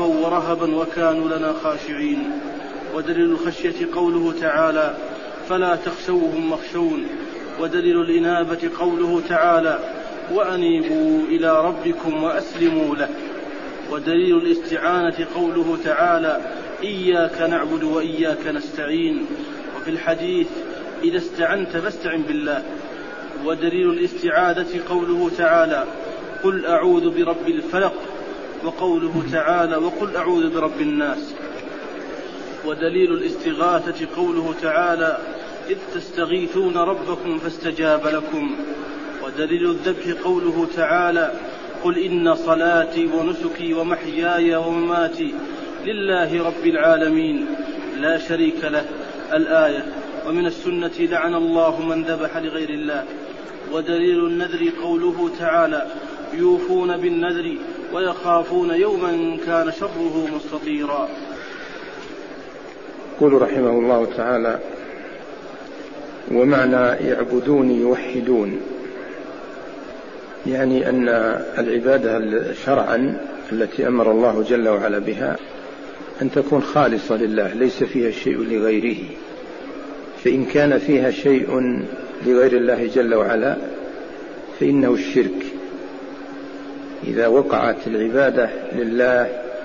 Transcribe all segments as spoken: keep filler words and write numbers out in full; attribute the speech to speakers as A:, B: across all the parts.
A: ورهبا وكانوا لنا خاشعين. ودليل الخشية قوله تعالى فلا تخشوهم واخشون. ودليل الإنابة قوله تعالى وأنيبوا إلى ربكم وأسلموا له. ودليل الاستعانة قوله تعالى إياك نعبد وإياك نستعين. وفي الحديث إذا استعنت فاستعن بالله. ودليل الاستعاذة قوله تعالى قل أعوذ برب الفلق، وقوله تعالى وقل أعوذ برب الناس. ودليل الاستغاثة قوله تعالى إذ تستغيثون ربكم فاستجاب لكم. ودليل الذبح قوله تعالى قل إن صلاتي ونسكي ومحياي ومماتي لله رب العالمين لا شريك له الآية. ومن السنة لعن الله من ذبح لغير الله. ودليل النذر قوله تعالى يوفون بالنذر ويخافون يوما كان شره مستطيرا.
B: يقول رحمه الله تعالى ومعنى يعبدون يوحدون، يعني أن العبادة شرعا التي أمر الله جل وعلا بها أن تكون خالصة لله ليس فيها شيء لغيره. فإن كان فيها شيء لغير الله جل وعلا فإنه الشرك. إذا وقعت العبادة لله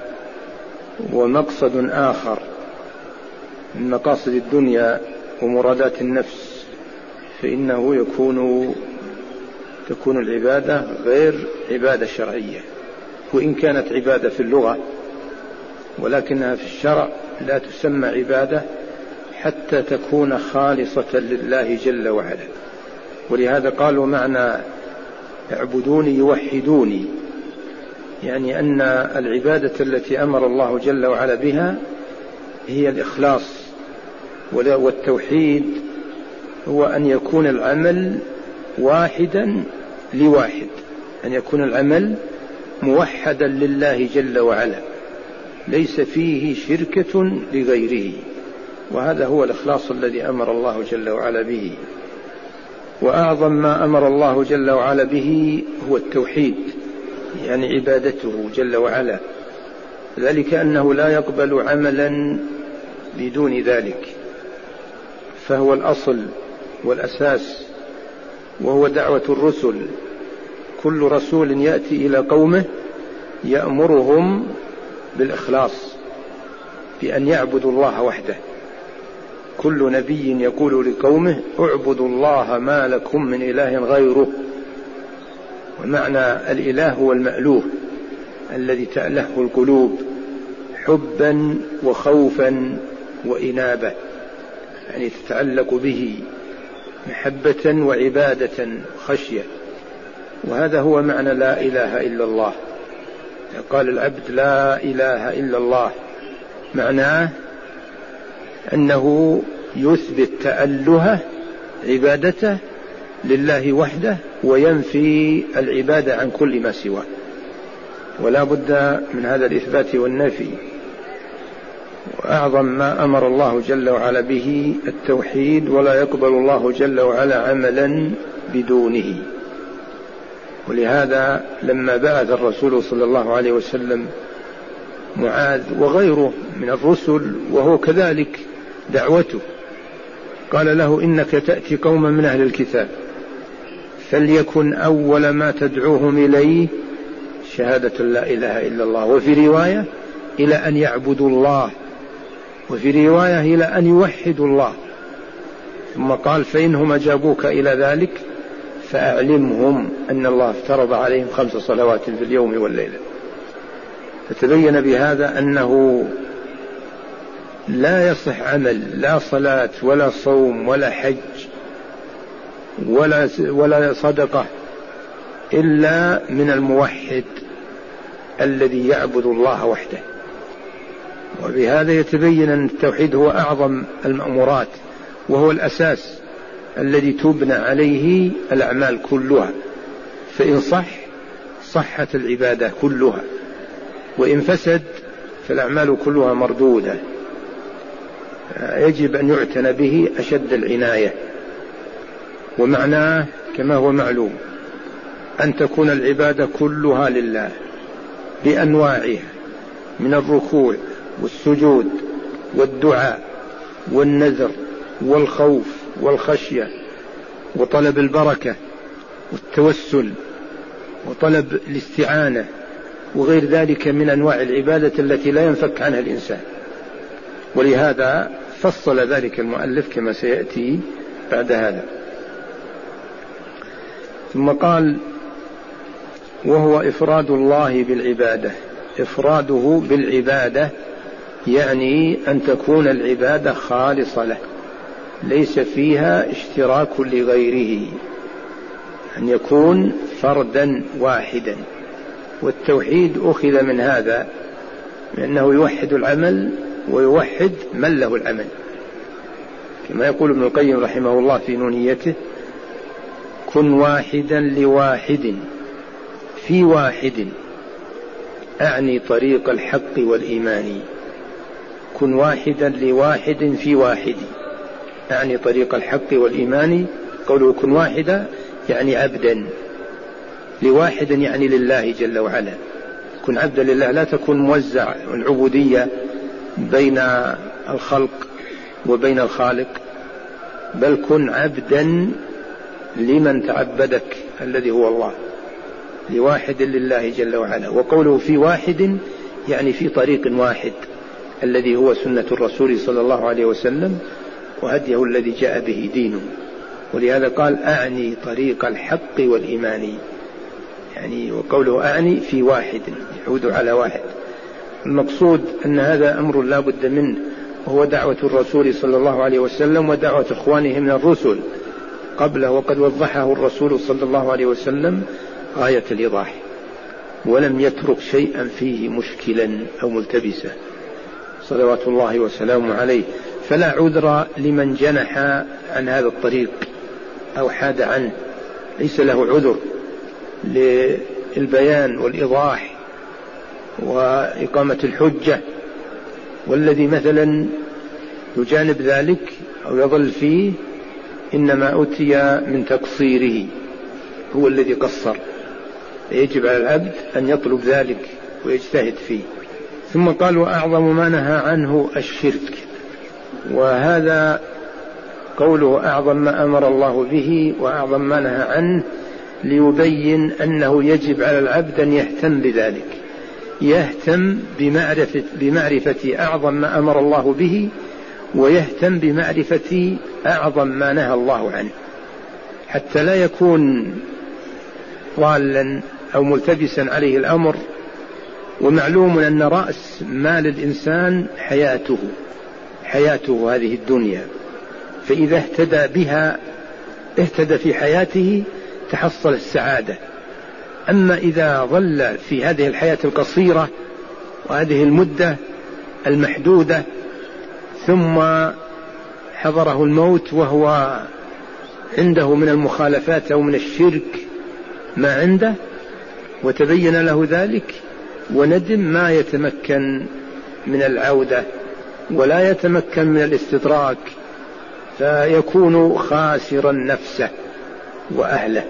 B: ومقصد آخر من مقاصد الدنيا ومرادات النفس فإنه يكون تكون العبادة غير عبادة شرعية. وإن كانت عبادة في اللغة ولكنها في الشرع لا تسمى عبادة حتى تكون خالصة لله جل وعلا. ولهذا قالوا معنى اعبدوني يوحدوني، يعني أن العبادة التي أمر الله جل وعلا بها هي الإخلاص. والتوحيد هو أن يكون العمل واحدا لواحد، أن يكون العمل موحدا لله جل وعلا ليس فيه شركة لغيره. وهذا هو الإخلاص الذي أمر الله جل وعلا به. وأعظم ما أمر الله جل وعلا به هو التوحيد، يعني عبادته جل وعلا، ذلك أنه لا يقبل عملا بدون ذلك، فهو الأصل والأساس، وهو دعوة الرسل. كل رسول يأتي إلى قومه يأمرهم بالإخلاص بأن يعبدوا الله وحده. كل نبي يقول لقومه اعبدوا الله ما لكم من إله غيره. ومعنى الإله هو المألوه الذي تألهه القلوب حبا وخوفا وإنابة، يعني تتعلق به محبة وعبادة خشية. وهذا هو معنى لا إله إلا الله. قال العبد لا إله إلا الله معناه أنه يثبت تأله عبادته لله وحده وينفي العبادة عن كل ما سواه. ولا بد من هذا الإثبات والنفي. وأعظم ما أمر الله جل وعلا به التوحيد، ولا يقبل الله جل وعلا عملا بدونه. ولهذا لما بعث الرسول صلى الله عليه وسلم معاذ وغيره من الرسل وهو كذلك دعوته، قال له إنك تأتي قوما من أهل الكتاب فليكن أول ما تدعوهم إليه شهادة لا إله إلا الله، وفي رواية إلى أن يعبدوا الله، وفي رواية إلى أن يوحدوا الله. ثم قال فإنهم أجابوك إلى ذلك فأعلمهم أن الله افترض عليهم خمس صلوات في اليوم والليلة. فتبين بهذا أنه لا يصح عمل لا صلاة ولا صوم ولا حج ولا ولا صدقة إلا من الموحد الذي يعبد الله وحده. وبهذا يتبين أن التوحيد هو أعظم المأمورات، وهو الأساس الذي تبنى عليه الأعمال كلها. فإن صح صحت العبادة كلها، وإن فسد فالأعمال كلها مردودة. يجب أن يعتنى به أشد العناية. ومعناه كما هو معلوم أن تكون العبادة كلها لله بأنواعها من الركوع والسجود والدعاء والنذر والخوف والخشية وطلب البركة والتوسل وطلب الاستعانة وغير ذلك من أنواع العبادة التي لا ينفك عنها الإنسان. ولهذا فصل ذلك المؤلف كما سيأتي بعد هذا. ثم قال: وهو إفراد الله بالعبادة. إفراده بالعبادة يعني أن تكون العبادة خالصة له، ليس فيها اشتراك لغيره، أن يكون فردا واحدا. والتوحيد أخذ من هذا، لأنه يوحد العمل ويوحد من له العمل، كما يقول ابن القيم رحمه الله في نونيته: كن واحدا لواحد في واحد، أعني طريق الحق والإيمان. كن واحدا لواحد في واحد، أعني طريق الحق والإيمان. قوله كن واحدا يعني عبدا، لواحد يعني لله جل وعلا. كن عبدا لله، لا تكون موزع العبودية بين الخلق وبين الخالق، بل كن عبدا لمن تعبدك الذي هو الله، لواحد لله جل وعلا. وقوله في واحد يعني في طريق واحد الذي هو سنة الرسول صلى الله عليه وسلم وهديه الذي جاء به دينه. ولهذا قال: أعني طريق الحق والإيمان، يعني وقوله أعني في واحد يعود على واحد. المقصود أن هذا أمر لا بد منه، وهو دعوة الرسول صلى الله عليه وسلم ودعوة إخوانه من الرسل قبله، وقد وضحه الرسول صلى الله عليه وسلم غاية الإيضاح، ولم يترك شيئا فيه مشكلا أو ملتبسا صلوات الله وسلامه عليه. فلا عذر لمن جنح عن هذا الطريق أو حاد عنه، ليس له عذر للبيان والإيضاح وإقامة الحجة. والذي مثلا يجانب ذلك أو يظل فيه إنما أتي من تقصيره، هو الذي قصر. يجب على العبد أن يطلب ذلك ويجتهد فيه. ثم قال: وأعظم ما نهى عنه الشرك. وهذا قوله أعظم ما أمر الله به وأعظم ما نهى عنه ليبين أنه يجب على العبد أن يهتم بذلك، يهتم بمعرفة, بمعرفة أعظم ما أمر الله به، ويهتم بمعرفة أعظم ما نهى الله عنه، حتى لا يكون ضالا أو ملتبسا عليه الأمر. ومعلوم أن رأس مال الإنسان حياته حياته هذه الدنيا، فإذا اهتدى بها اهتدى في حياته تحصل السعادة. أما إذا ظل في هذه الحياة القصيرة وهذه المدة المحدودة ثم حضره الموت وهو عنده من المخالفات أو من الشرك ما عنده وتبين له ذلك وندم، ما يتمكن من العودة ولا يتمكن من الاستدراك، فيكون خاسرا نفسه وأهله،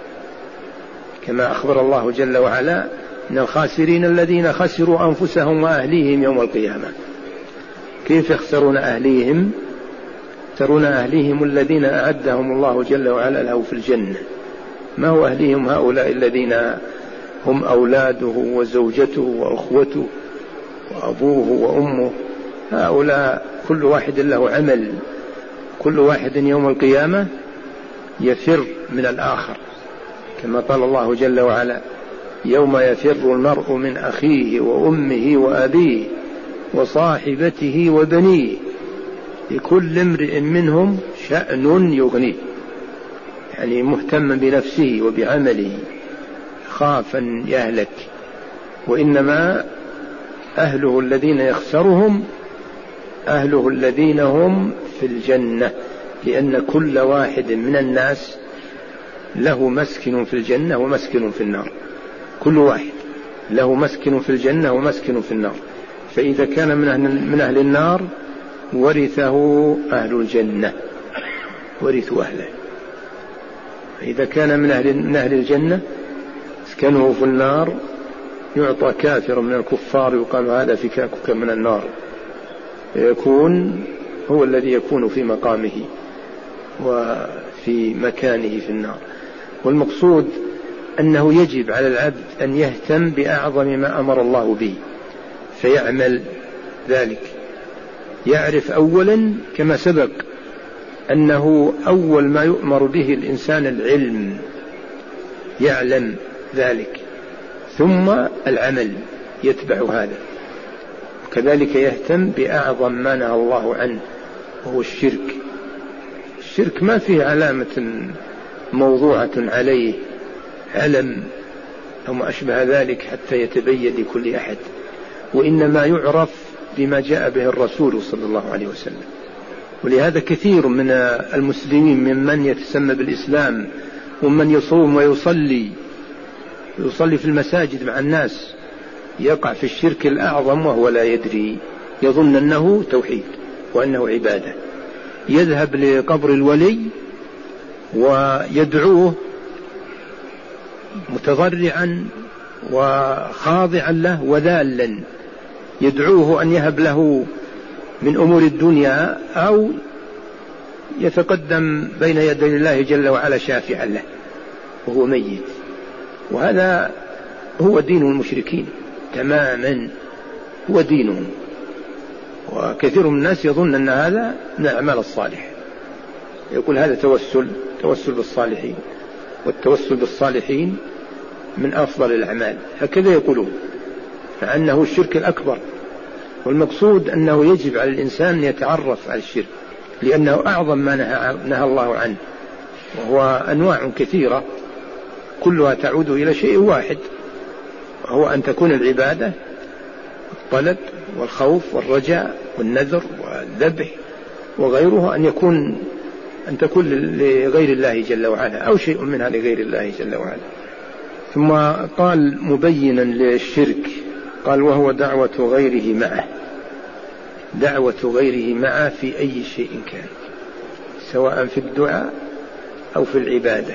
B: كما أخبر الله جل وعلا: إن الخاسرين الذين خسروا أنفسهم وأهليهم يوم القيامة. كيف يخسرون أهليهم؟ ترون أهليهم الذين أعدهم الله جل وعلا له في الجنة. ما هو أهليهم؟ هؤلاء الذين هم أولاده وزوجته وأخوته وأبوه وأمه، هؤلاء كل واحد له عمل، كل واحد يوم القيامة يفر من الآخر، كما قال الله جل وعلا: يوم يفر المرء من أخيه وأمه وأبيه وصاحبته وبنيه لكل امرئ منهم شأن يغنيه، يعني مهتم بنفسه وبعمله، خاف أن يهلك. وإنما أهله الذين يخسرهم أهله الذين هم في الجنة، لأن كل واحد من الناس له مسكن في الجنة ومسكن في النار، كل واحد له مسكن في الجنة ومسكن في النار. فإذا كان من أهل, من أهل النار ورثه أهل الجنة، ورثوا أهله. إذا كان من أهل, من أهل الجنة اسكنه في النار يعطى كافر من الكفار ويقال هذا فكاكك من النار، يكون هو الذي يكون في مقامه وفي مكانه في النار. والمقصود أنه يجب على العبد أن يهتم بأعظم ما أمر الله به فيعمل ذلك. يعرف أولا كما سبق أنه أول ما يؤمر به الإنسان العلم، يعلم ذلك، ثم العمل يتبع هذا. وكذلك يهتم بأعظم ما نهى الله عنه وهو الشرك. الشرك ما فيه علامة موضوعة عليه علم أو ما أشبه ذلك حتى يتبين لكل أحد، وإنما يعرف بما جاء به الرسول صلى الله عليه وسلم. ولهذا كثير من المسلمين ممن يتسمى بالإسلام ومن يصوم ويصلي يصلي في المساجد مع الناس يقع في الشرك الأعظم وهو لا يدري، يظن أنه توحيد وأنه عبادة. يذهب لقبر الولي ويدعوه متضرعا وخاضعا له وذالا، يدعوه أن يهب له من أمور الدنيا أو يتقدم بين يدي الله جل وعلا شافعا له وهو ميت. وهذا هو دين المشركين تماما، هو دينهم. وكثير من الناس يظن أن هذا من الأعمال الصالحة، يقول هذا توسل توسل بالصالحين، والتوسل بالصالحين من أفضل الأعمال، هكذا يقولون، مع أنه الشرك الأكبر. والمقصود أنه يجب على الإنسان أن يتعرف على الشرك لأنه أعظم ما نهى, نهى الله عنه، وهو أنواع كثيرة كلها تعود إلى شيء واحد، وهو أن تكون العبادة الطلب والخوف والرجاء والنذر والذبح وغيره أن يكون أن تكون لغير الله جل وعلا أو شيء منها لغير الله جل وعلا. ثم قال مبينا للشرك، قال وهو دعوة غيره معه، دعوة غيره معه في أي شيء كان، سواء في الدعاء أو في العبادة.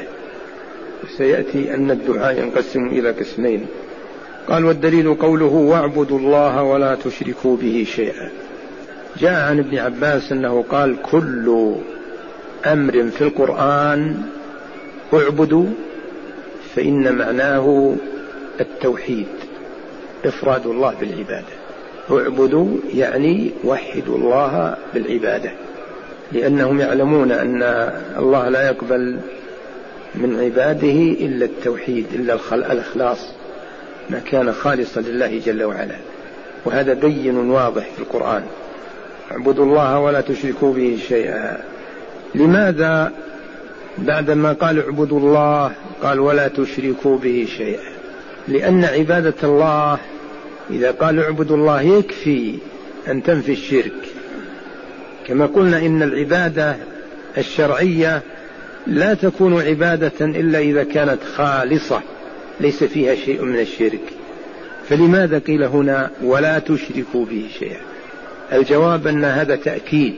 B: وسيأتي أن الدعاء ينقسم إلى قسمين. قال والدليل قوله واعبدوا الله ولا تشركوا به شيئا. جاء عن ابن عباس أنه قال كل أمر في القرآن اعبدوا فإن معناه التوحيد، إفراد الله بالعبادة. اعبدوا يعني وحدوا الله بالعبادة، لأنهم يعلمون أن الله لا يقبل من عباده إلا التوحيد، إلا الإخلاص، ما كان خالصا لله جل وعلا. وهذا بين واضح في القرآن، اعبدوا الله ولا تشركوا به شيئا. لماذا بعدما قال اعبدوا الله قال ولا تشركوا به شيئا؟ لأن عبادة الله إذا قال اعبدوا الله يكفي أن تنفي الشرك. كما قلنا إن العبادة الشرعية لا تكون عبادة إلا إذا كانت خالصة ليس فيها شيء من الشرك. فلماذا قيل هنا ولا تشركوا به شيئا؟ الجواب أن هذا تأكيد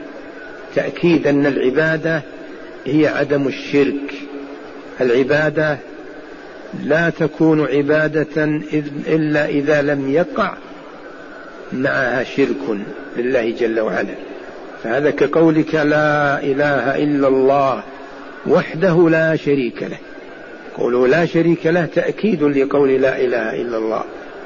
B: تأكيد أن العبادة هي عدم الشرك. العبادة لا تكون عبادة إلا إذا لم يقع معها شرك لله جل وعلا. فهذا كقولك لا إله إلا الله وحده لا شريك له، قوله لا شريك له تأكيد لقول لا إله إلا الله،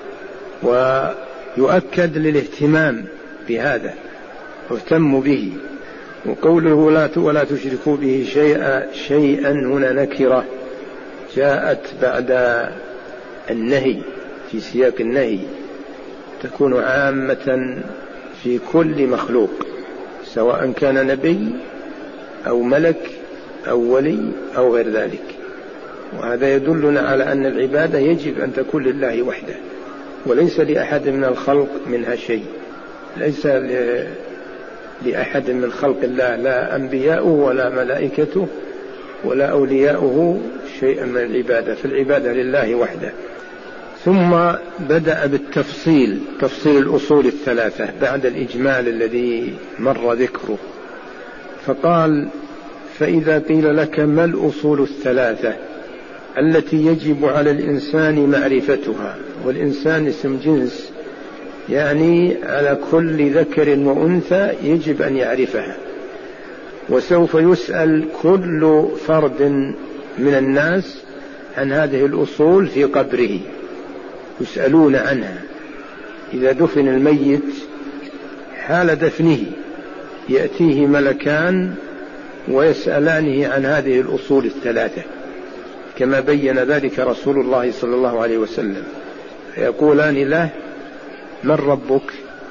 B: ويؤكد للاهتمام بهذا واهتم به. وقوله لا ولا تشركوا به شيئا، شيئا هنا نكرة جاءت بعد النهي في سياق النهي، تكون عامة في كل مخلوق سواء كان نبي أو ملك أو ولي أو غير ذلك. وهذا يدلنا على أن العبادة يجب أن تكون لله وحده وليس لأحد من الخلق منها شيء، ليس لأحد من خلق الله لا أنبياؤه ولا ملائكته ولا أولياؤه شيئا من العبادة، فالعبادة لله وحده. ثم بدأ بالتفصيل، تفصيل الأصول الثلاثة بعد الإجمال الذي مر ذكره، فقال فإذا قيل لك ما الأصول الثلاثة التي يجب على الإنسان معرفتها، والإنسان اسم جنس يعني على كل ذكر وأنثى يجب أن يعرفها. وسوف يسأل كل فرد من الناس عن هذه الأصول في قبره، يسألون عنها. إذا دفن الميت حال دفنه يأتيه ملكان ويسألانه عن هذه الأصول الثلاثة كما بين ذلك رسول الله صلى الله عليه وسلم، يقولان له: من ربك؟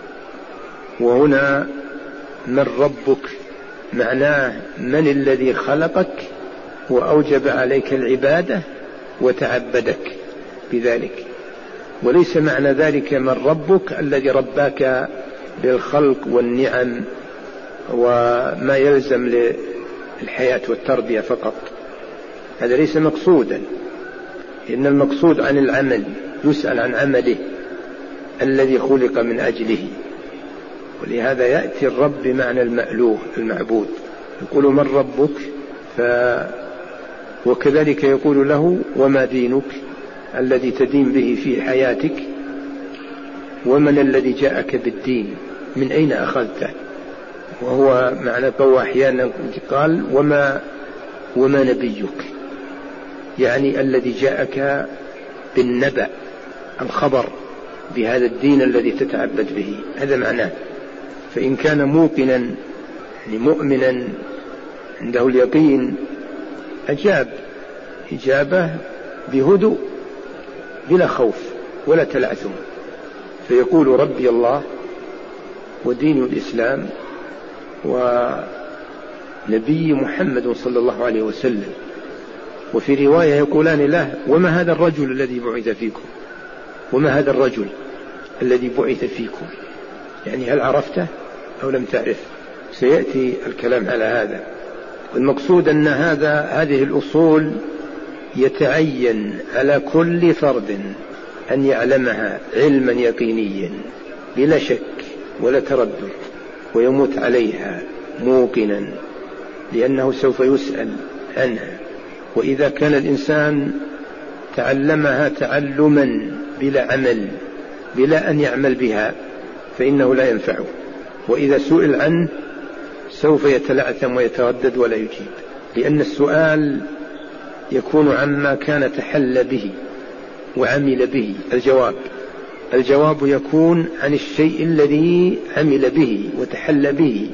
B: وهنا من ربك معناه من الذي خلقك وأوجب عليك العبادة وتعبدك بذلك، وليس معنى ذلك من ربك الذي رباك بالخلق والنعم وما يلزم للحياة والتربية فقط، هذا ليس مقصودا. إن المقصود عن العمل، يسأل عن عمله الذي خلق من أجله. ولهذا يأتي الرب بمعنى المألوه المعبود، يقول: من ربك؟ ف... وكذلك يقول له: وما دينك الذي تدين به في حياتك؟ ومن الذي جاءك بالدين؟ من أين أخذته؟ وهو معنى قوة أحيانا قال: وما وما نبيك، يعني الذي جاءك بالنبأ الخبر بهذا الدين الذي تتعبد به، هذا معناه. فإن كان موقنا يعني مؤمنا عنده اليقين أجاب إجابة بهدوء بلا خوف ولا تلعثم، فيقول: ربي الله ودين الإسلام ونبي محمد صلى الله عليه وسلم. وفي رواية يقولان له: وما هذا الرجل الذي بعث فيكم؟ وما هذا الرجل الذي بعث فيكم؟ يعني هل عرفته أو لم تعرف؟ سيأتي الكلام على هذا. والمقصود أن هذا هذه الأصول يتعين على كل فرد أن يعلمها علما يقينيا بلا شك ولا تردد، ويموت عليها موقنا، لأنه سوف يسأل عنها. وإذا كان الإنسان تعلمها تعلما بلا عمل، بلا أن يعمل بها، فإنه لا ينفعه. وإذا سئل عنه سوف يتلعثم ويتردد ولا يجيب، لأن السؤال يكون عما كان تحل به وعمل به. الجواب الجواب يكون عن الشيء الذي عمل به وتحل به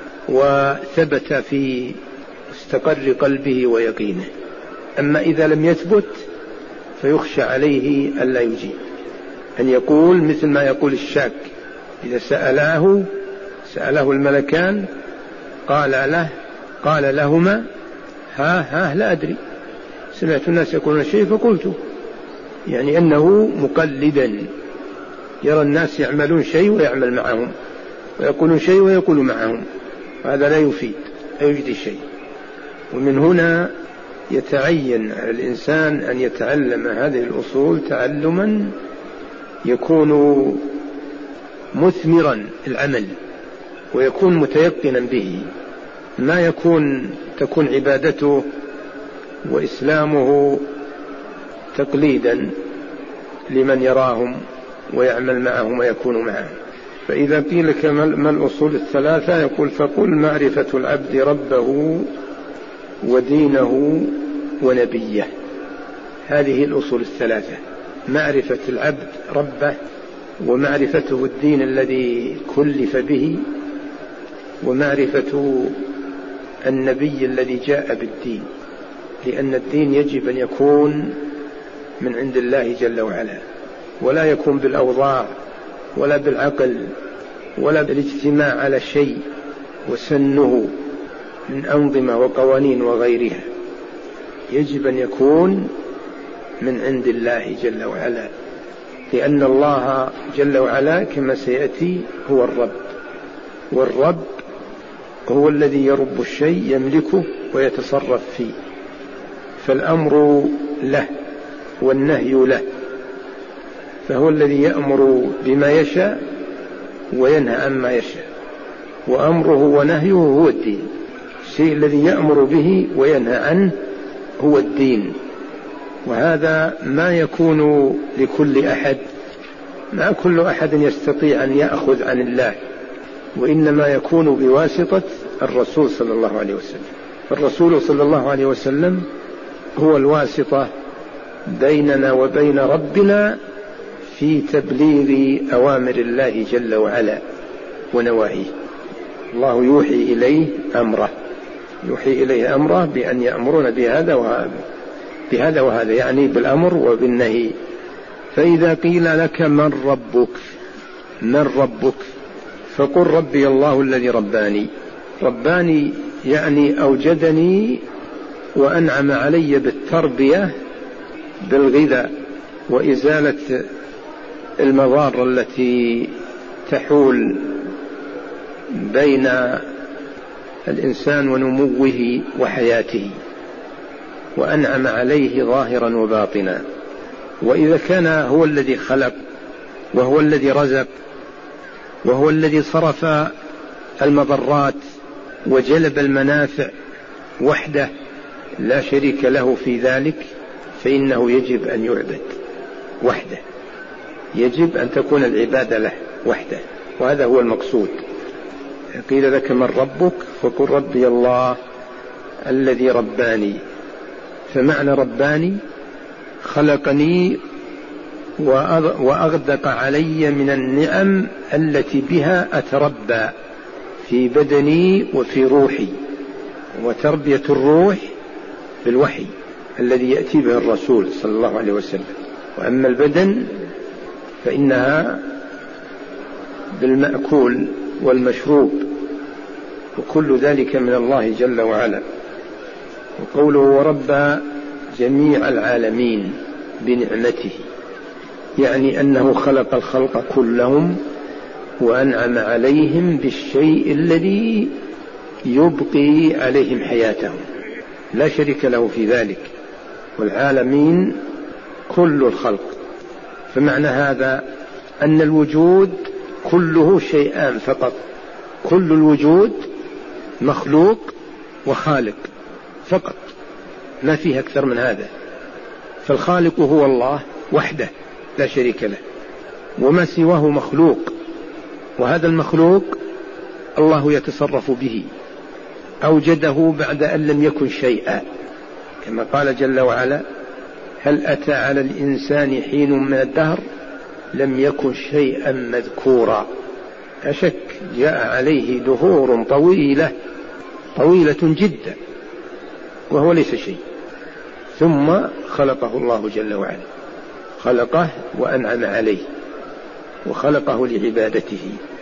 B: وثبت في مستقر قلبه ويقينه. أما إذا لم يثبت فيخشى عليه ألا يجيب، أن يقول مثل ما يقول الشاك إذا سأله سأله الملكان قال له قال لهما: ها ها لا أدري، سمعت الناس يقولون شيء فقلته، يعني أنه مقلدا يرى الناس يعملون شيء ويعمل معهم، ويقولون شيء ويقول معهم، وهذا لا يفيد لا يجدي شيء. ومن هنا يتعين على الإنسان أن يتعلم هذه الأصول تعلما يكون مثمرا العمل ويكون متيقنا به، ما يكون تكون عبادته وإسلامه تقليدا لمن يراهم ويعمل معهم ويكون معهم. فإذا قيل لك ما الأصول الثلاثة؟ يقول: فقل معرفة العبد ربه ودينه ونبيه. هذه الأصول الثلاثة: معرفة العبد ربه، ومعرفته الدين الذي كلف به، ومعرفة النبي الذي جاء بالدين، لأن الدين يجب أن يكون من عند الله جل وعلا، ولا يكون بالأوضاع ولا بالعقل ولا بالاجتماع على شيء وسنه من أنظمة وقوانين وغيرها. يجب أن يكون من عند الله جل وعلا، لأن الله جل وعلا كما سيأتي هو الرب، والرب هو الذي يرب الشيء يملكه ويتصرف فيه، فالأمر له والنهي له، فهو الذي يأمر بما يشاء وينهى عما يشاء، وأمره ونهيه هو الدين. الشيء الذي يأمر به وينهى عنه هو الدين، وهذا ما يكون لكل أحد، ما كل أحد يستطيع أن يأخذ عن الله، وإنما يكون بواسطة الرسول صلى الله عليه وسلم. الرسول صلى الله عليه وسلم هو الواسطة بيننا وبين ربنا في تبليغ أوامر الله جل وعلا ونواهيه. الله يوحي إليه أمره، يوحي إليه أمره بأن يأمرون بهذا وهذا بهذا وهذا، يعني بالأمر وبالنهي. فإذا قيل لك من ربك من ربك فقل ربي الله الذي رباني. رباني يعني أوجدني وأنعم علي بالتربية بالغذاء وإزالة المضار التي تحول بين الإنسان ونموه وحياته، وأنعم عليه ظاهرا وباطنا. وإذا كان هو الذي خلق وهو الذي رزق وهو الذي صرف المضرات وجلب المنافع وحده لا شريك له في ذلك، فإنه يجب أن يعبد وحده، يجب أن تكون العبادة له وحده، وهذا هو المقصود. قيل لك من ربك فقل ربي الله الذي رباني. فمعنى رباني خلقني وأغدق علي من النعم التي بها أتربى في بدني وفي روحي، وتربية الروح بالوحي الذي يأتي به الرسول صلى الله عليه وسلم، وأما البدن فإنها بالمأكول والمشروب، وكل ذلك من الله جل وعلا. وقوله ورب جميع العالمين بنعمته، يعني أنه خلق الخلق كلهم وأنعم عليهم بالشيء الذي يبقي عليهم حياتهم، لا شريك له في ذلك. والعالمين كل الخلق. فمعنى هذا أن الوجود كله شيئان فقط، كل الوجود مخلوق وخالق فقط، ما فيه أكثر من هذا. فالخالق هو الله وحده لا شريك له، وما سواه مخلوق، وهذا المخلوق الله يتصرف به، أوجده بعد أن لم يكن شيئا، كما قال جل وعلا هل أتى على الإنسان حين من الدهر لم يكن شيئا مذكورا. أشك جاء عليه دهور طويلة طويلة جدا وهو ليس شيء، ثم خلقه الله جل وعلا، خلقه وأنعم عليه وخلقه لعبادته.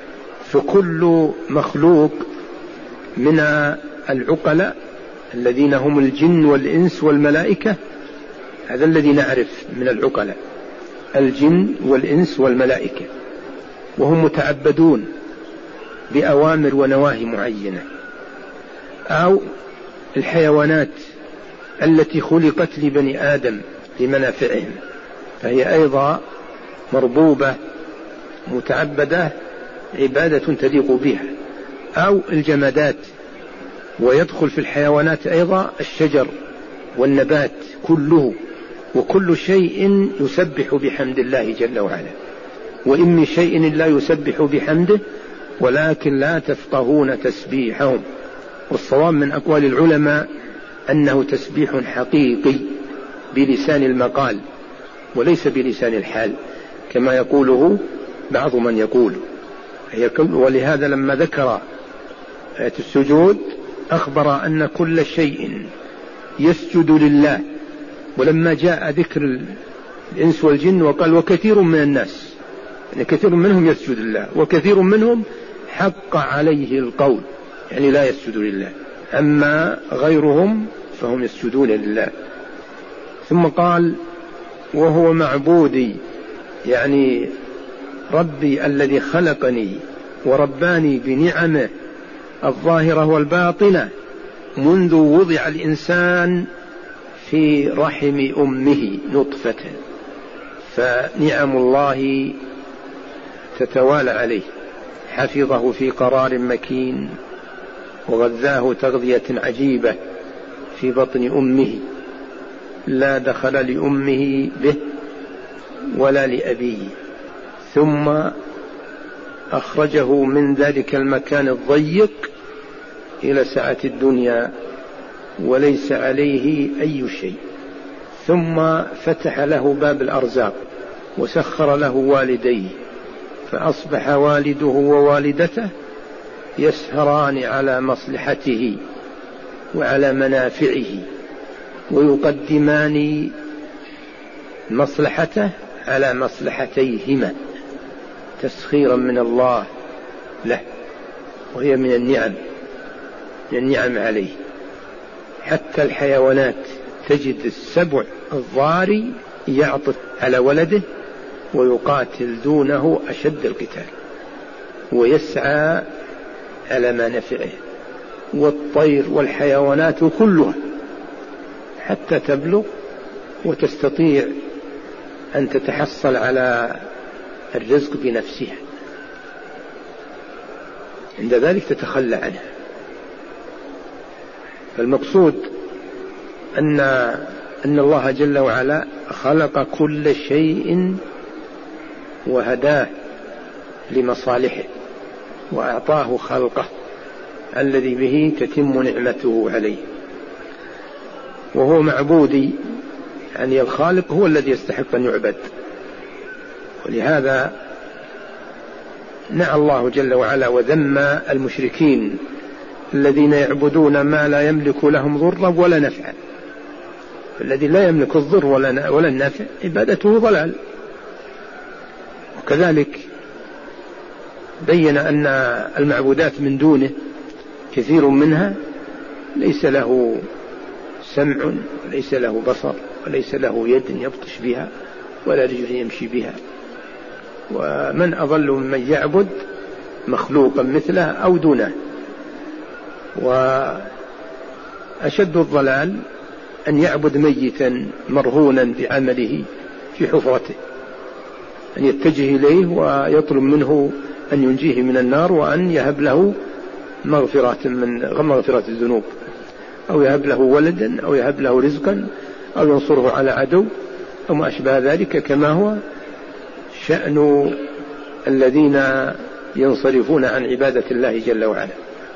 B: فكل مخلوق من العقلاء الذين هم الجن والإنس والملائكة، هذا الذي نعرف من العقلاء، الجن والإنس والملائكة، وهم متعبدون بأوامر ونواهي معينة، أو الحيوانات التي خلقت لبني آدم لمنافعهم، فهي أيضا مربوبة متعبدة عبادة تليق بها، أو الجمادات، ويدخل في الحيوانات أيضا الشجر والنبات كله، وكل شيء يسبح بحمد الله جل وعلا. وإن من شيء لا يسبح بحمده ولكن لا تفقهون تسبيحهم. والصواب من أقوال العلماء أنه تسبيح حقيقي بلسان المقال وليس بلسان الحال كما يقوله بعض من يقول. ولهذا لما ذكر آية السجود أخبر أن كل شيء يسجد لله، ولما جاء ذكر الإنس والجن وقال وكثير من الناس، يعني كثير منهم يسجد لله وكثير منهم حق عليه القول، يعني لا يسجد لله، أما غيرهم فهم يسجدون لله. ثم قال وهو معبودي، يعني ربي الذي خلقني ورباني بنعمه الظاهرة والباطنة منذ وضع الإنسان في رحم أمه نطفة، فنعم الله تتوالى عليه، حفظه في قرار مكين وغذاه تغذية عجيبة في بطن أمه، لا دخل لأمه به ولا لأبيه، ثم أخرجه من ذلك المكان الضيق إلى سعة الدنيا وليس عليه أي شيء، ثم فتح له باب الأرزاق وسخر له والديه، فأصبح والده ووالدته يسهران على مصلحته وعلى منافعه ويقدمان مصلحته على مصلحتيهما تسخيرا من الله له، وهي من النعم من النعم عليه. حتى الحيوانات تجد السبع الضاري يعطف على ولده ويقاتل دونه أشد القتال ويسعى على ما نفعه، والطير والحيوانات كلها حتى تبلغ وتستطيع أن تتحصل على الرزق بنفسها، عند ذلك تتخلى عنه. فالمقصود أن أن الله جل وعلا خلق كل شيء وهداه لمصالحه وأعطاه خلقه الذي به تتم نعمته عليه، وهو معبودي، يعني الخالق هو الذي يستحق أن يعبد. ولهذا نعى الله جل وعلا وذم المشركين الذين يعبدون ما لا يملك لهم ضرا ولا نفعا. الذي لا يملك الضر ولا النفع عبادته ضلال. وكذلك بين أن المعبودات من دونه كثير منها ليس له سمع وليس له بصر وليس له يد يبطش بها ولا رجل يمشي بها، ومن أضل ممن يعبد مخلوقا مثله أو دونه. وأشد الضلال أن يعبد ميتا مرهونا بعمله في حفرته، أن يتجه إليه ويطلب منه أن ينجيه من النار وأن يهب له مغفرة من مغفرة الذنوب، أو يهب له ولدا أو يهب له رزقا أو ينصره على عدو أو ما أشبه ذلك، كما هو شأن الذين ينصرفون عن عبادة الله جل وعلا.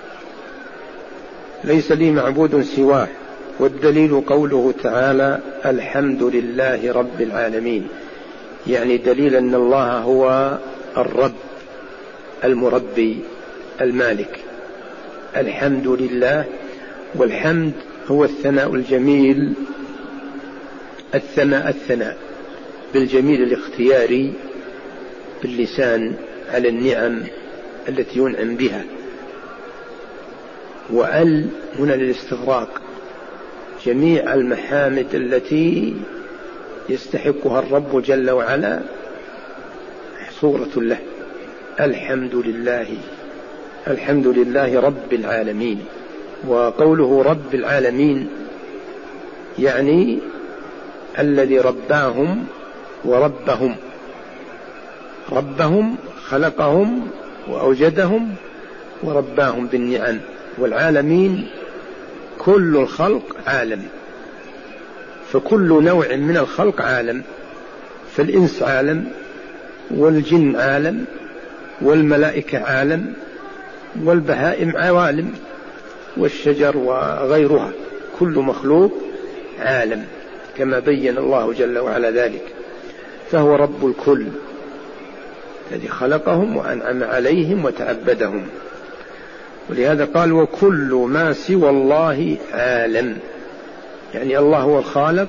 B: ليس لي معبود سواه، والدليل قوله تعالى الحمد لله رب العالمين، يعني دليل أن الله هو الرب المربي المالك. الحمد لله، والحمد هو الثناء الجميل، الثناء الثناء بالجميل الاختياري باللسان على النعم التي ينعم بها. وأل هنا للاستغراق، جميع المحامد التي يستحقها الرب جل وعلا صورة له. الحمد لله، الحمد لله رب العالمين. وقوله رب العالمين يعني الذي رباهم وربهم، ربهم خلقهم وأوجدهم ورباهم بالنعم. والعالمين كل الخلق عالم، فكل نوع من الخلق عالم، فالإنس عالم والجن عالم والملائكة عالم والبهائم عوالم والشجر وغيرها، كل مخلوق عالم كما بين الله جل وعلا ذلك. فهو رب الكل الذي خلقهم وأنعم عليهم وتعبدهم. ولهذا قال وكل ما سوى الله عالم، يعني الله هو الخالق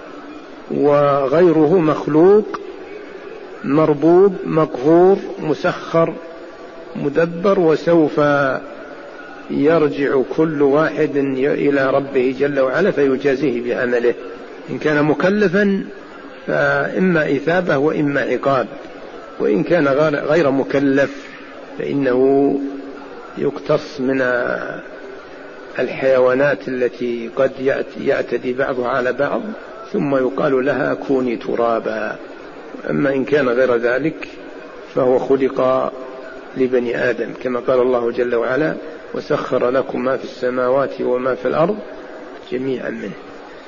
B: وغيره مخلوق مربوب مقهور مسخر مدبر، وسوف يرجع كل واحد إلى ربه جل وعلا فيجازيه بعمله. إن كان مكلفا فإما إثابة وإما عقاب، وإن كان غير مكلف فإنه يقتص من الحيوانات التي قد يعتدي بعضها على بعض ثم يقال لها كوني ترابا. أما إن كان غير ذلك فهو خلق لبني آدم، كما قال الله جل وعلا وسخر لكم ما في السماوات وما في الأرض جميعا منه.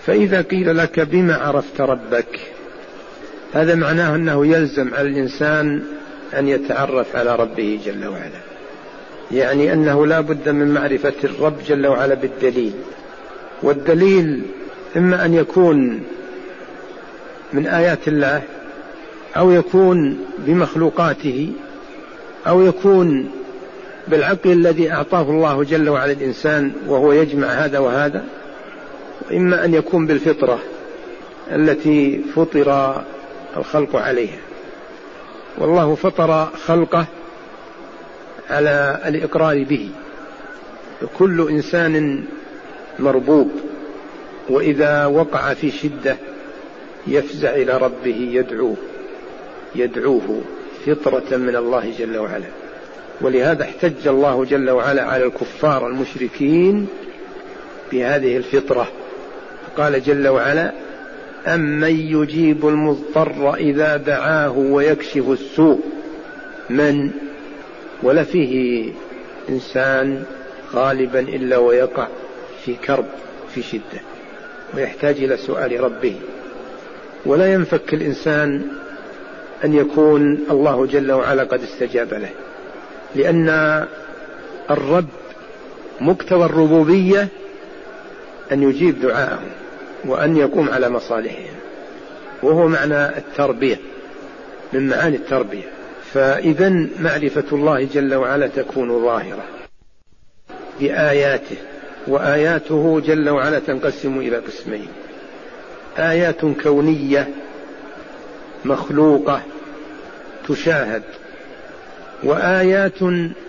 B: فإذا قيل لك بما عرفت ربك، هذا معناه أنه يلزم على الإنسان أن يتعرف على ربه جل وعلا، يعني أنه لا بد من معرفة الرب جل وعلا بالدليل. والدليل إما أن يكون من آيات الله، أو يكون بمخلوقاته، أو يكون بالعقل الذي أعطاه الله جل وعلا الإنسان وهو يجمع هذا وهذا، وإما أن يكون بالفطرة التي فطر الخلق عليها. والله فطر خلقه على الإقرار به، كل إنسان مربوب، وإذا وقع في شدة يفزع إلى ربه يدعوه يدعوه فطرة من الله جل وعلا. ولهذا احتج الله جل وعلا على الكفار المشركين بهذه الفطرة، قال جل وعلا: أمن يجيب المضطر إذا دعاه ويكشف السوء من، ولا فيه إنسان غالبا إلا ويقع في كرب في شدة ويحتاج إلى سؤال ربه، ولا ينفك الإنسان أن يكون الله جل وعلا قد استجاب له، لأن الرب مقتضى الربوبية أن يجيب دعاءهم وأن يقوم على مصالحهم، وهو معنى التربية من معاني التربية. فإذا معرفة الله جل وعلا تكون ظاهرة بآياته، وآياته جل وعلا تنقسم إلى قسمين: آيات كونية مخلوقة تشاهد، وآيات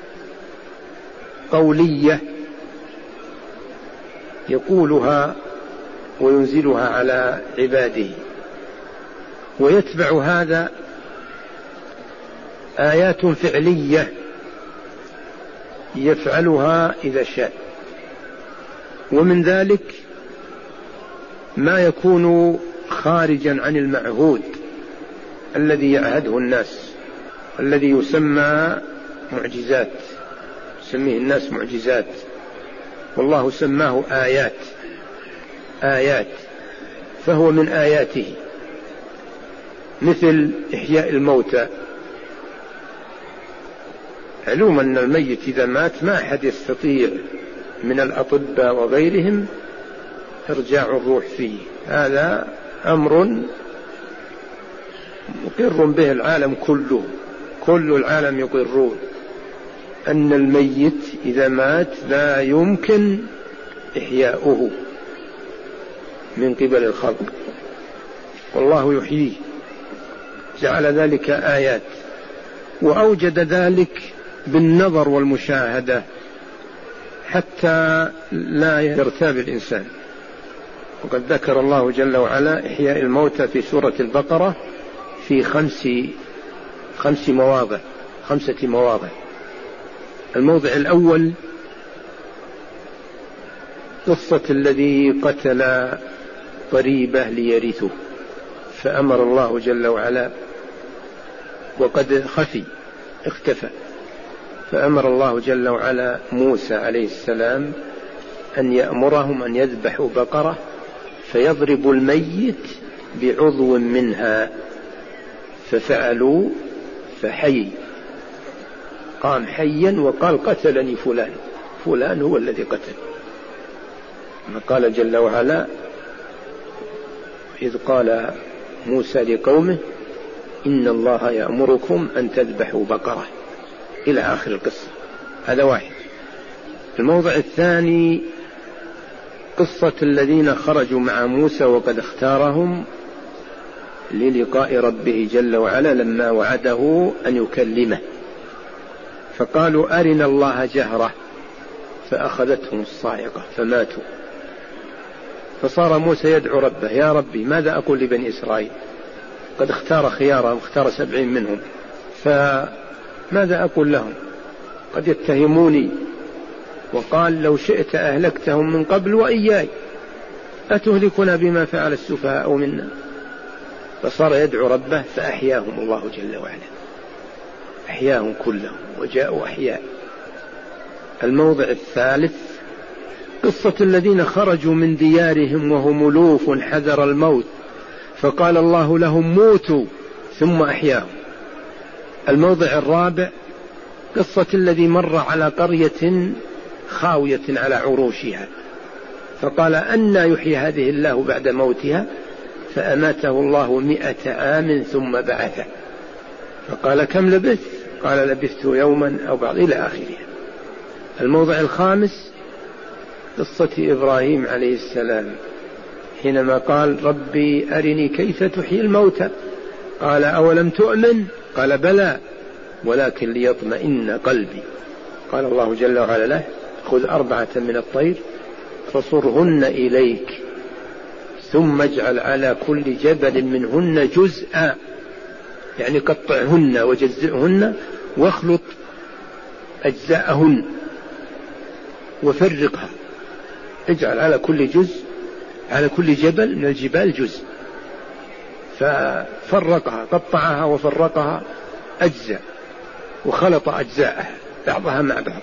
B: قولية يقولها وينزلها على عباده. ويتبع هذا آيات فعلية يفعلها إذا شاء، ومن ذلك ما يكون خارجا عن المعهود الذي يعهده الناس، الذي يسمى معجزات، يسميه الناس معجزات، والله سماه آيات آيات فهو من آياته، مثل إحياء الموتى. علوم أن الميت إذا مات ما أحد يستطيع من الأطباء وغيرهم إرجاع الروح فيه، هذا أمر مقر به العالم كله، كل العالم يقرون أن الميت إذا مات لا يمكن إحياؤه من قبل الخلق، والله يحييه، جعل ذلك آيات، وأوجد ذلك بالنظر والمشاهدة حتى لا يرتاب الإنسان. وقد ذكر الله جل وعلا إحياء الموتى في سورة البقرة في خمس خمس مواضع خمسة مواضع. الموضع الأول قصة الذي قتل قريبه ليرثه، فأمر الله جل وعلا، وقد خفي اختفى، فأمر الله جل وعلا موسى عليه السلام أن يأمرهم أن يذبحوا بقرة فيضرب الميت بعضو منها، ففعلوا فحي، قام حيا وقال: قتلني فلان، فلان هو الذي قتل. قال جل وعلا: إذ قال موسى لقومه إن الله يأمركم أن تذبحوا بقرة، إلى آخر القصة. هذا واحد. الموضع الثاني قصة الذين خرجوا مع موسى وقد اختارهم للقاء ربه جل وعلا لما وعده أن يكلمه، فقالوا أرنا الله جهرة فأخذتهم الصاعقة فماتوا. فصار موسى يدعو ربه: يا ربي ماذا أقول لبني إسرائيل؟ قد اختار خيارهم، اختار سبعين منهم، فماذا أقول لهم؟ قد يتهموني. وقال: لو شئت أهلكتهم من قبل وإياي، أتهلكنا بما فعل السفهاء منا؟ فصار يدعو ربه فأحياهم الله جل وعلا، أحياهم كلهم وجاءوا أحياء. الموضع الثالث قصة الذين خرجوا من ديارهم وهم ألوف حذر الموت فقال الله لهم موتوا ثم أحياهم. الموضع الرابع قصة الذي مر على قرية خاوية على عروشها فقال أنى يحيي هذه الله بعد موتها فأماته الله مئة عام ثم بعثه فقال كم لبثت؟ قال لبثت يوما أو بعض إلى آخره. الموضع الخامس قصة إبراهيم عليه السلام حينما قال ربي أرني كيف تحيي الموتى قال أولم تؤمن؟ قال بلى ولكن ليطمئن قلبي. قال الله جل وعلا له خذ أربعة من الطير فصرهن إليك ثم اجعل على كل جبل منهن جزءا يعني قطعهن وجزئهن واخلط أجزاءهن وفرقها اجعل على كل جزء على كل جبل من الجبال جزء ففرقها قطعها وفرقها أجزاء وخلط أجزاءها بعضها مع بعض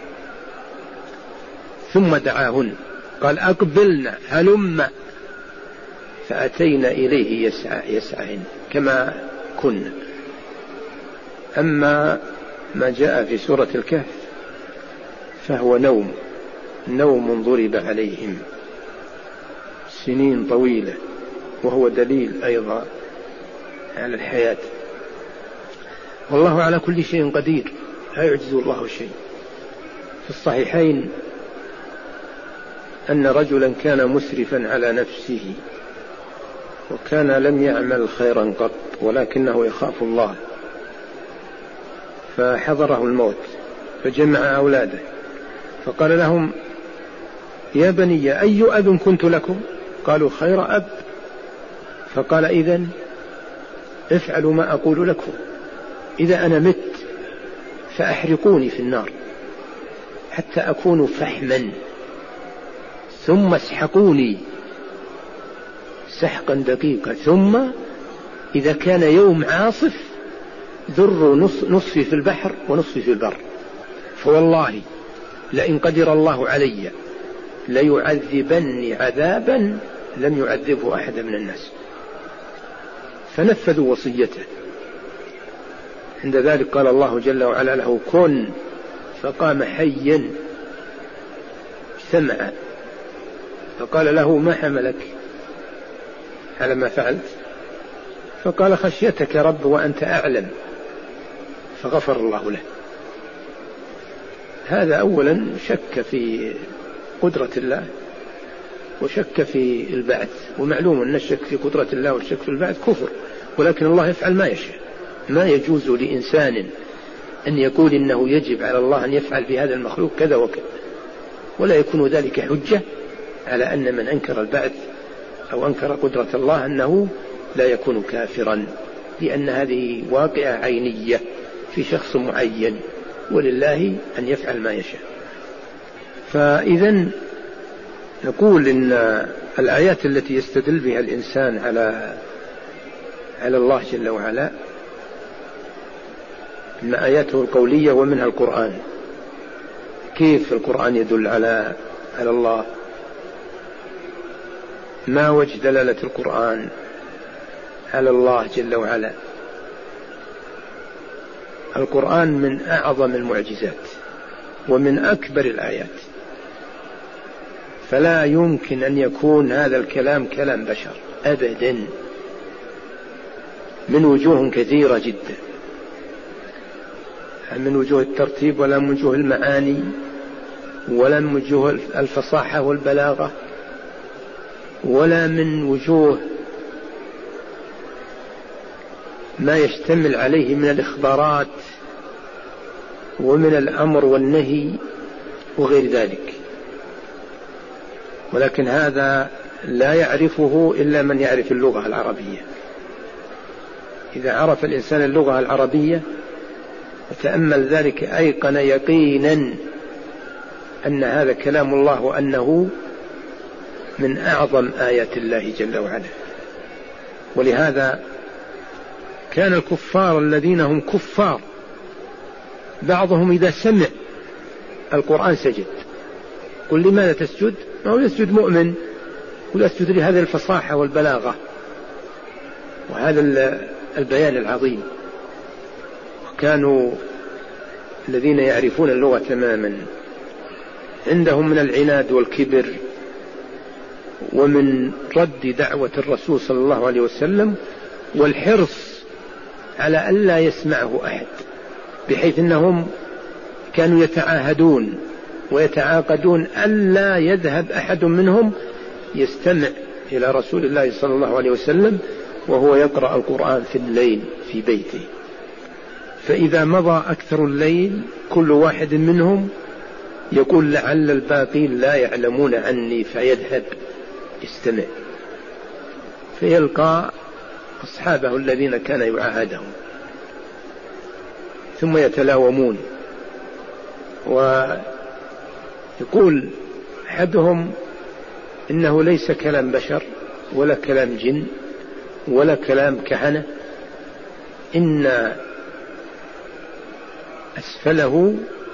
B: ثم دعاهن قال أقبلنا هلم فأتينا إليه يسعى يسعين كما كنا. أما ما جاء في سورة الكهف فهو نوم نوم ضرب عليهم سنين طويلة وهو دليل أيضا على الحياة. والله على كل شيء قدير لا يعجز الله شيء. في الصحيحين أن رجلا كان مسرفا على نفسه وكان لم يعمل خيرا قط ولكنه يخاف الله فحضره الموت فجمع أولاده فقال لهم يا بني أي أب كنت لكم؟ قالوا خير أب. فقال إذن افعلوا ما أقول لكم إذا أنا مت فأحرقوني في النار حتى أكون فحما ثم اسحقوني سحقا دقيقا ثم إذا كان يوم عاصف ذروا نصفي في البحر ونصفي في البر فوالله لئن قدر الله علي ليعذبني عذابا لم يعذبه أحد من الناس. فنفذوا وصيته. عند ذلك قال الله جل وعلا له كن فقام حيا سمع فقال له ما حملك على ما فعلت؟ فقال خشيتك رب وأنت أعلم فغفر الله له. هذا أولا شك في قدرة الله وشك في البعث ومعلوم أن الشك في قدرة الله والشك في البعث كفر ولكن الله يفعل ما يشاء. ما يجوز لإنسان أن يقول إنه يجب على الله أن يفعل بهذا المخلوق كذا وكذا ولا يكون ذلك حجة على أن من أنكر البعث أو أنكر قدرة الله أنه لا يكون كافرا لأن هذه واقعة عينية في شخص معين ولله أن يفعل ما يشاء. فإذن نقول إن الآيات التي يستدل بها الإنسان على على الله جل وعلا من آياته القولية ومنها القرآن. كيف القرآن يدل على على الله؟ ما وجه دلالة القرآن على الله جل وعلا؟ القرآن من أعظم المعجزات ومن أكبر الآيات فلا يمكن أن يكون هذا الكلام كلام بشر أبدا من وجوه كثيرة جدا من وجوه الترتيب ولا من وجوه المعاني ولا من وجوه الفصاحة والبلاغة ولا من وجوه ما يشتمل عليه من الإخبارات ومن الأمر والنهي وغير ذلك. ولكن هذا لا يعرفه إلا من يعرف اللغة العربية. إذا عرف الإنسان اللغة العربية وتأمل ذلك أيقن يقينا أن هذا كلام الله وأنه من أعظم آيات الله جل وعلا. ولهذا كان الكفار الذين هم كفار بعضهم إذا سمع القرآن سجد قل لماذا تسجد؟ ما هو يسجد مؤمن، قل أسجد لهذه الفصاحة والبلاغة وهذا البيان العظيم. كانوا الذين يعرفون اللغة تماما عندهم من العناد والكبر ومن رد دعوة الرسول صلى الله عليه وسلم والحرص على ألا يسمعه أحد، بحيث أنهم كانوا يتعاهدون ويتعاقدون ألا يذهب أحد منهم يستمع إلى رسول الله صلى الله عليه وسلم وهو يقرأ القرآن في الليل في بيته. فإذا مضى أكثر الليل كل واحد منهم يقول لعل الباقين لا يعلمون عني فيذهب يستمع، فيلقى أصحابه الذين كان يعاهدهم ثم يتلاومون. ويقول أحدهم إنه ليس كلام بشر ولا كلام جن ولا كلام كهنة، إن أسفله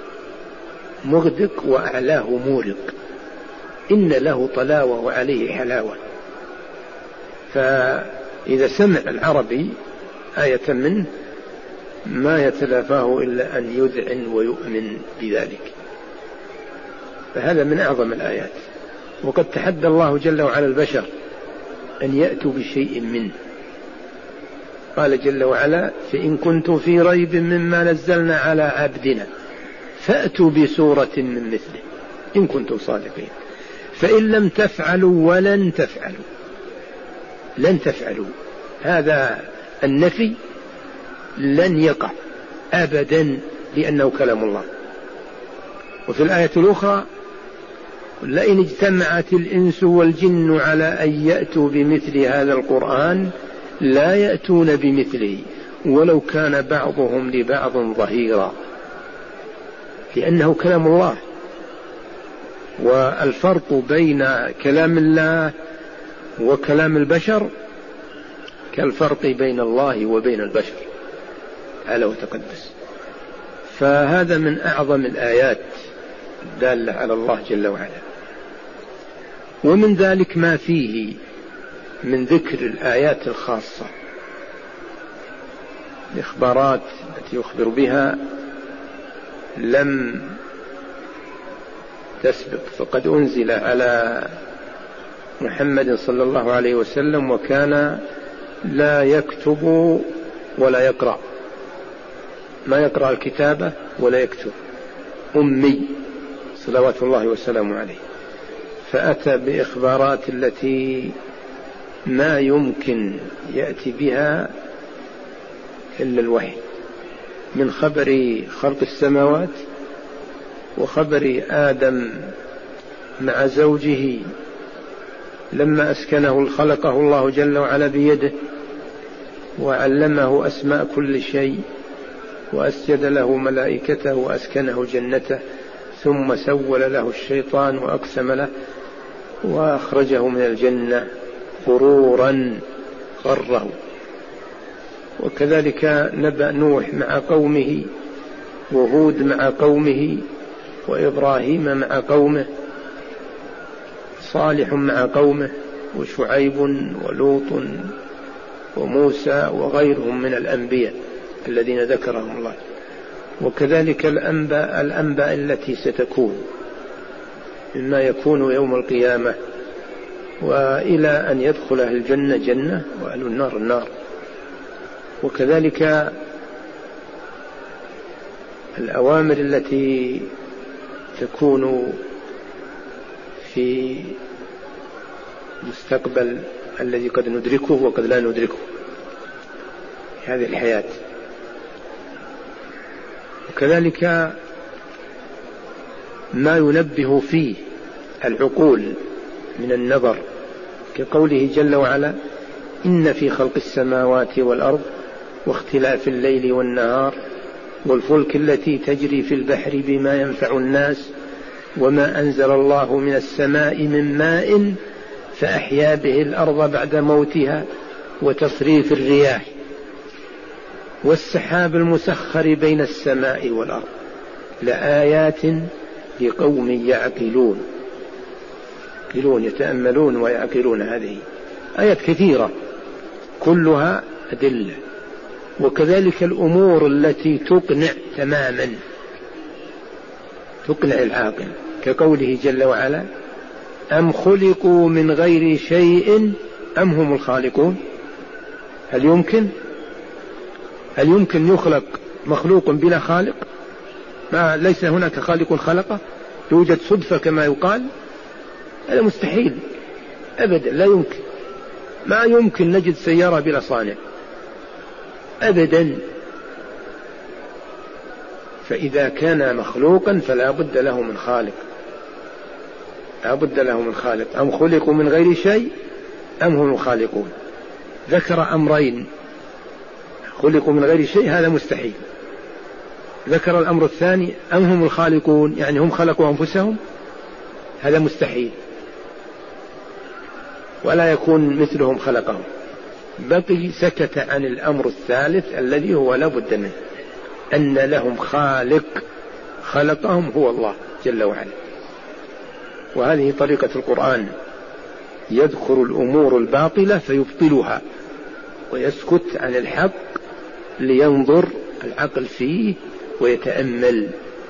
B: مغدق وأعلاه مورق، إن له طلاوة وعليه حلاوة. فإذا سمع العربي آية منه ما يتلافاه إلا أن يذعن ويؤمن بذلك. فهذا من أعظم الآيات. وقد تحدى الله جل وعلا البشر أن يأتوا بشيء منه، قال جل وعلا فإن كنتم في ريب مما نزلنا على عبدنا فأتوا بسورة من مثله إن كنتم صادقين، فإن لم تفعلوا ولن تفعلوا لن تفعلوا هذا النفي لن يقع أبدا لأنه كلام الله. وفي الآية الأخرى لئن اجتمعت الإنس والجن على أن يأتوا بمثل هذا القرآن لا يأتون بمثله ولو كان بعضهم لبعض ظهيرا، لأنه كلام الله. والفرق بين كلام الله وكلام البشر كالفرق بين الله وبين البشر تعالى وتقدس. فهذا من أعظم الآيات الدالة على الله جل وعلا. ومن ذلك ما فيه من ذكر الآيات الخاصة، الإخبارات التي يخبر بها لم تسبق، فقد أنزل على محمد صلى الله عليه وسلم وكان لا يكتب ولا يقرأ، ما يقرأ الكتابة ولا يكتب، أمي صلوات الله وسلامه عليه. فأتى بإخبارات التي ما يمكن يأتي بها إلا الوحي، من خبر خلق السماوات وخبر آدم مع زوجه لما أسكنه خلقه الله جل وعلا بيده وعلمه أسماء كل شيء وأسجد له ملائكته وأسكنه جنته، ثم سول له الشيطان وأقسم له وأخرجه من الجنة غرورا غره. وكذلك نبأ نوح مع قومه وهود مع قومه وإبراهيم مع قومه، صالح مع قومه وشعيب ولوط وموسى وغيرهم من الأنبياء الذين ذكرهم الله. وكذلك الأنباء الأنباء التي ستكون مما يكون يوم القيامة، وإلى أن يدخل أهل الجنة جنة وأهل النار النار. وكذلك الأوامر التي تكون في مستقبل الذي قد ندركه وقد لا ندركه في هذه الحياة. وكذلك ما ينبه فيه العقول من النظر، كقوله جل وعلا إن في خلق السماوات والأرض واختلاف الليل والنهار والفلك التي تجري في البحر بما ينفع الناس وما أنزل الله من السماء من ماء فأحيا به الأرض بعد موتها وتصريف الرياح والسحاب المسخر بين السماء والأرض لآيات لقوم يعقلون. يعقلون يتأملون ويعقلون. هذه آيات كثيرة كلها أدلة. وكذلك الأمور التي تقنع تماما، تقنع العاقل، كقوله جل وعلا: أم خلقوا من غير شيء أم هم الخالقون. هل يمكن هل يمكن يخلق مخلوق بلا خالق؟ ما ليس هناك خالق خلقه؟ يوجد صدفة كما يقال؟ هذا مستحيل أبدا، لا يمكن. ما يمكن نجد سيارة بلا صانع أبدا. فإذا كان مخلوقا فلا بد له من خالق، لا بد له من خالق. أم خلقوا من غير شيء أم هم الخالقون. ذكر أمرين: خلقوا من غير شيء هذا مستحيل. ذكر الأمر الثاني: أم هم الخالقون، يعني هم خلقوا أنفسهم، هذا مستحيل، ولا يكون مثلهم خلقهم. بقي سكت عن الأمر الثالث الذي هو لا بد منه، أن لهم خالق خلقهم هو الله جل وعلا. وهذه طريقة القرآن، يذكر الأمور الباطلة فيبطلها ويسكت عن الحق لينظر العقل فيه ويتأمل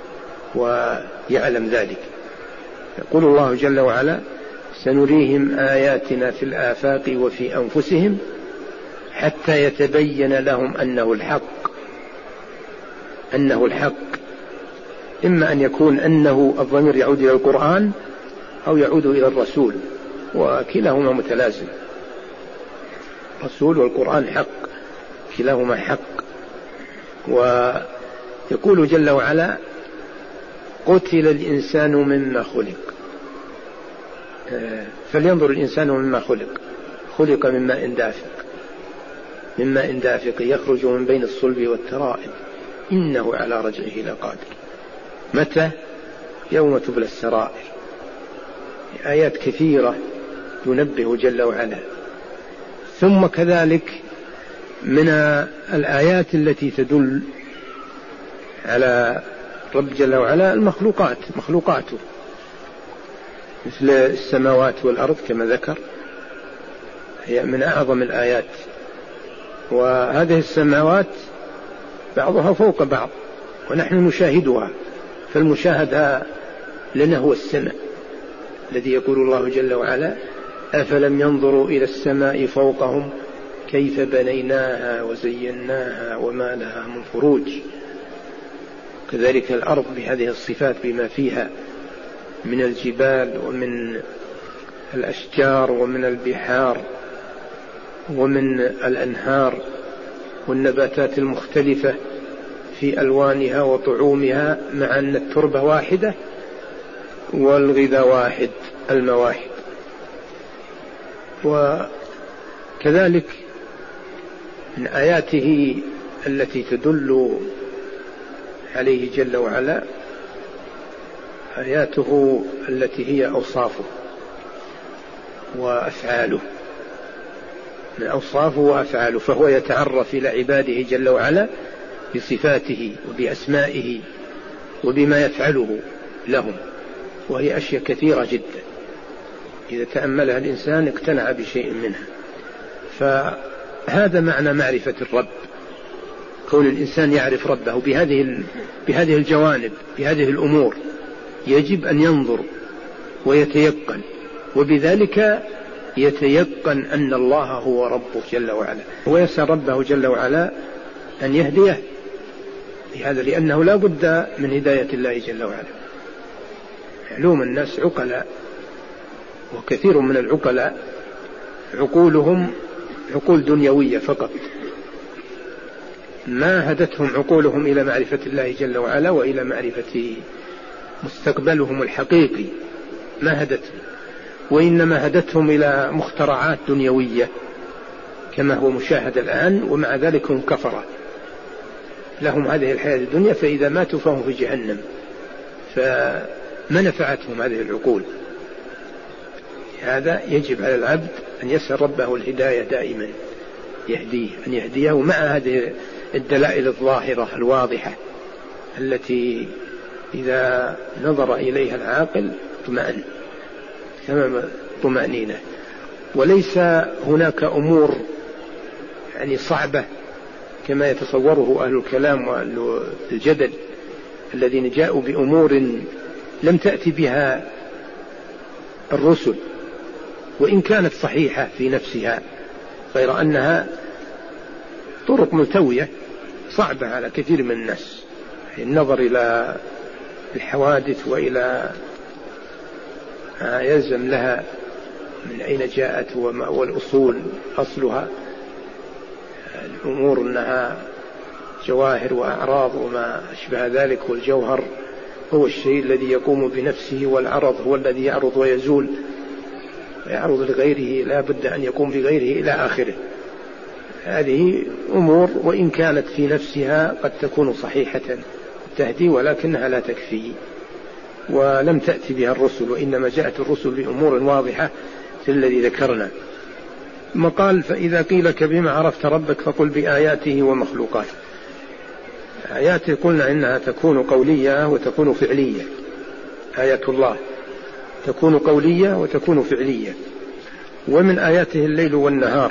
B: ويعلم ذلك. يقول الله جل وعلا: سنريهم آياتنا في الآفاق وفي أنفسهم حتى يتبين لهم أنه الحق. أنه الحق إما أن يكون أنه الضمير يعود إلى القرآن أو يعود إلى الرسول، وكلاهما متلازم. الرسول والقرآن حق، كلاهما حق. ويقول جل وعلا: قتل الإنسان مما خلق. فلينظر الإنسان مما خلق. خلق من ماء دافق، من ماء دافق يخرج من بين الصلب والترائب، إنه على رجعه لقادر. متى؟ يوم تبلى السرائر. آيات كثيرة ينبه جل وعلا. ثم كذلك من الآيات التي تدل على رب جل وعلا المخلوقات، مخلوقاته، مثل السماوات والأرض كما ذكر، هي من أعظم الآيات. وهذه السماوات بعضها فوق بعض ونحن نشاهدها، فالمشاهدة لنا هو السماء الذي يقول الله جل وعلا: أفلم ينظروا إلى السماء فوقهم كيف بنيناها وزيناها وما لها من فروج. كذلك الأرض بهذه الصفات بما فيها من الجبال ومن الأشجار ومن البحار ومن الأنهار والنباتات المختلفة في ألوانها وطعومها، مع أن التربة واحدة والغذاء واحد، الماء واحد. وكذلك من آياته التي تدل عليه جل وعلا آياته التي هي أوصافه وأفعاله، من أوصافه وأفعاله، فهو يتعرف إلى عباده جل وعلا بصفاته وبأسمائه وبما يفعله لهم، وهي أشياء كثيرة جدا إذا تأملها الإنسان اقتنع بشيء منها. فهذا معنى معرفة الرب، كون الإنسان يعرف ربه بهذه بهذه الجوانب، بهذه الأمور. يجب أن ينظر ويتيقن، وبذلك يتيقن أن الله هو ربه جل وعلا، ويسأل ربه جل وعلا أن يهديه لهذا، لأنه لا بد من هداية الله جل وعلا. علوم الناس عقلاء، وكثير من العقلاء عقولهم عقول دنيوية فقط، ما هدتهم عقولهم إلى معرفة الله جل وعلا وإلى معرفة مستقبلهم الحقيقي، ما هدتهم، وإنما هدتهم إلى مخترعات دنيوية كما هو مشاهد الآن. ومع ذلك هم كفرة، لهم هذه الحياة الدنيا، فإذا ماتوا فهم في جهنم. فما نفعتهم هذه العقول. هذا يجب على العبد أن يسأل ربه الهداية دائما، يهديه، أن يهديه مع هذه الدلائل الظاهرة الواضحة التي إذا نظر إليها العاقل اطمأن. تمام الطمأنينة. وليس هناك أمور يعني صعبة كما يتصوره أهل الكلام وأهل الجدل الذين جاءوا بأمور لم تأتي بها الرسل، وإن كانت صحيحة في نفسها، غير أنها طرق ملتوية صعبة على كثير من الناس، النظر إلى الحوادث وإلى ما يلزم لها من أين جاءت والأصول أصلها، الأمور أنها جواهر وأعراض وما أشبه ذلك، والجوهر هو الشيء الذي يقوم بنفسه، والعرض هو الذي يعرض ويزول ويعرض لغيره، لا بد أن يقوم بغيره إلى آخره. هذه أمور وإن كانت في نفسها قد تكون صحيحة تهدي، ولكنها لا تكفي، ولم تأتي بها الرسل، وإنما جاءت الرسل بأمور واضحة في الذي ذكرنا. ثم قال: فإذا قيل لك بما عرفت ربك فقل بآياته ومخلوقاته. آياته قلنا إنها تكون قولية وتكون فعلية، آيات الله تكون قولية وتكون فعلية. ومن آياته الليل والنهار،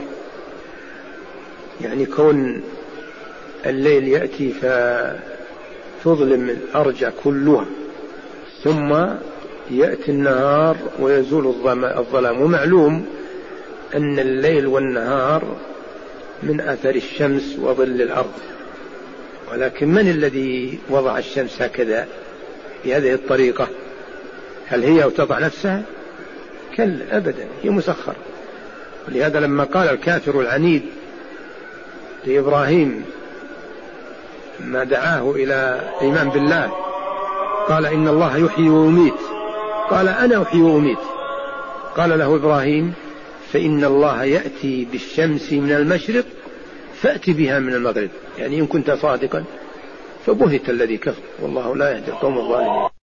B: يعني كون الليل يأتي فتظلم الأرجع كلها، ثم يأتي النهار ويزول الظلام. ومعلوم أن الليل والنهار من أثر الشمس وظل الأرض، ولكن من الذي وضع الشمس هكذا بهذه الطريقة؟ هل هي وتضع نفسها؟ كلا أبدا، هي مسخرة. ولهذا لما قال الكافر العنيد لإبراهيم ما دعاه إلى الإيمان بالله، قال: إن الله يحيي ويميت. قال: أنا أحيي وأميت. قال له إبراهيم: فإن الله يأتي بالشمس من المشرق فأتي بها من المغرب. يعني إن كنت صادقا فبهت الذي كفر، والله لا يهدي القوم الظالمين.